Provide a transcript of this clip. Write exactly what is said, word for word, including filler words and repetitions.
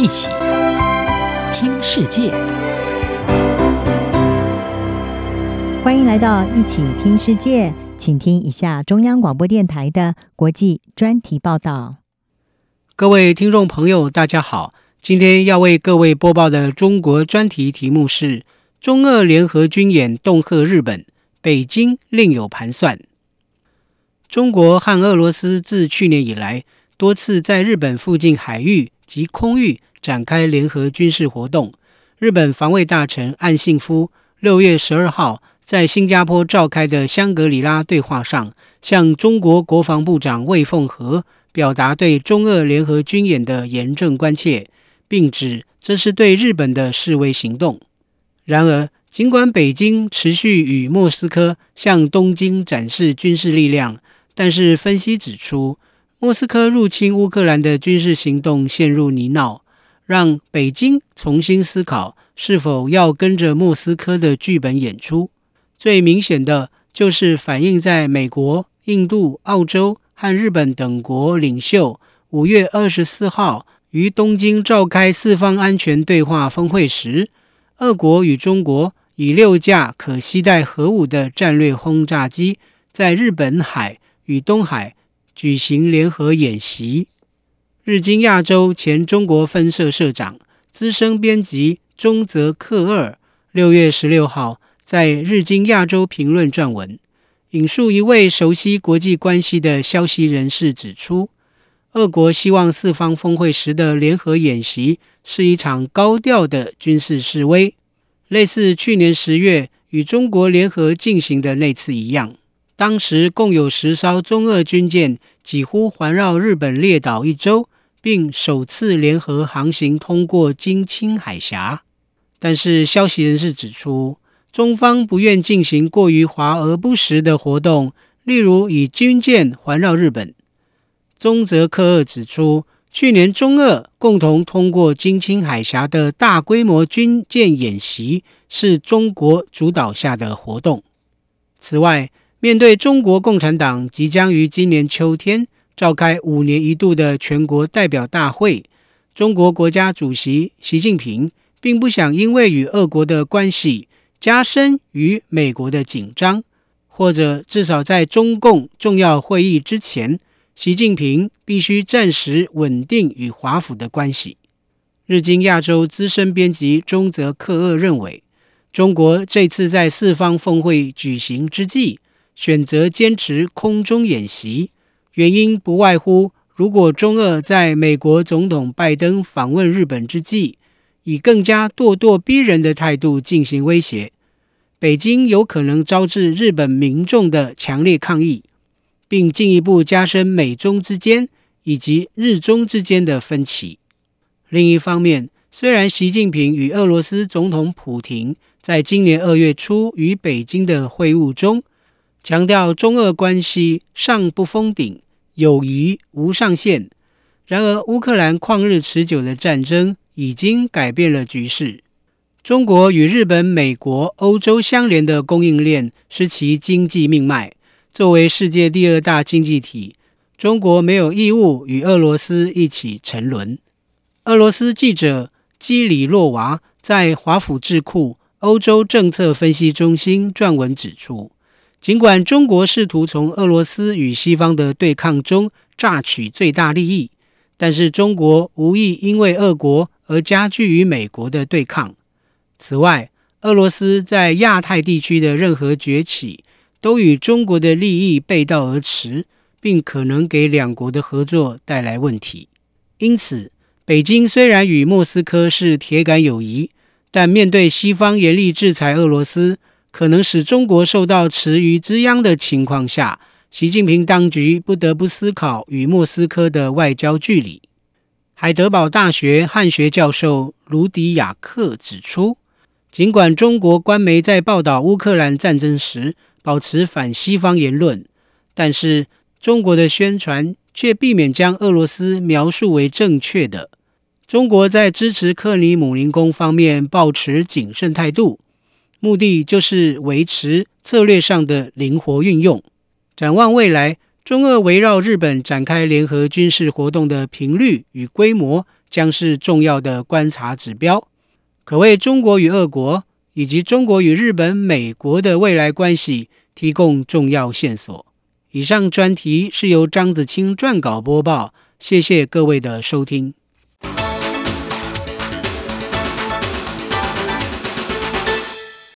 起听世界。 欢迎来到一起听世界，请听一下中央广播电台的国际专题报道。 各位听众朋友大家好，今天要为各位播报的中国专题题目是中俄联合军演恫吓日本，北京另有盘算。中国和俄罗斯自去年以来多次在日本附近海域及空域展开联合军事活动。日本防卫大臣岸信夫六月十二号在新加坡召开的香格里拉对话上，向中国国防部长魏凤和表达对中俄联合军演的严正关切，并指这是对日本的示威行动。然而，尽管北京持续与莫斯科向东京展示军事力量，但是分析指出，莫斯科入侵乌克兰的军事行动陷入泥淖，让北京重新思考是否要跟着莫斯科的剧本演出。最明显的就是反映在美国、印度、澳洲和日本等国领袖五月二十四号于东京召开四方安全对话峰会时，俄国与中国以六架可携带核武的战略轰炸机在日本海与东海举行联合演习。日经亚洲前中国分社社长、资深编辑中泽克二六月十六号在日经亚洲评论撰文，引述一位熟悉国际关系的消息人士指出，俄国希望四方峰会时的联合演习是一场高调的军事示威，类似去年十月与中国联合进行的那次一样。当时共有十艘中俄军舰几乎环绕日本列岛一周，并首次联合航行通过津轻海峡。但是消息人士指出，中方不愿进行过于华而不实的活动，例如以军舰环绕日本。中泽克二指出，去年中俄共同通过津轻海峡的大规模军舰演习是中国主导下的活动。此外，面对中国共产党即将于今年秋天召开五年一度的全国代表大会，中国国家主席习近平并不想因为与俄国的关系加深与美国的紧张，或者至少在中共重要会议之前，习近平必须暂时稳定与华府的关系。日经亚洲资深编辑中泽克二认为，中国这次在四方峰会举行之际，选择坚持空中演习，原因不外乎，如果中俄在美国总统拜登访问日本之际，以更加咄咄逼人的态度进行威胁，北京有可能招致日本民众的强烈抗议，并进一步加深美中之间以及日中之间的分歧。另一方面，虽然习近平与俄罗斯总统普亭在今年二月初与北京的会晤中强调中俄关系上不封顶，友谊无上限，然而乌克兰旷日持久的战争已经改变了局势。中国与日本、美国、欧洲相连的供应链是其经济命脉，作为世界第二大经济体，中国没有义务与俄罗斯一起沉沦。俄罗斯记者基里洛娃在华府智库欧洲政策分析中心撰文指出，尽管中国试图从俄罗斯与西方的对抗中榨取最大利益，但是中国无意因为俄国而加剧与美国的对抗。此外，俄罗斯在亚太地区的任何崛起都与中国的利益背道而驰，并可能给两国的合作带来问题。因此，北京虽然与莫斯科是铁杆友谊，但面对西方严厉制裁俄罗斯，可能使中国受到池鱼之殃的情况下，习近平当局不得不思考与莫斯科的外交距离。海德堡大学汉学教授卢迪亚克指出，尽管中国官媒在报道乌克兰战争时保持反西方言论，但是中国的宣传却避免将俄罗斯描述为正确的。中国在支持克里姆林宫方面抱持谨慎态度，目的就是维持策略上的灵活运用。展望未来，中俄围绕日本展开联合军事活动的频率与规模将是重要的观察指标，可为中国与俄国以及中国与日本、美国的未来关系提供重要线索。以上专题是由张子清撰稿播报，谢谢各位的收听。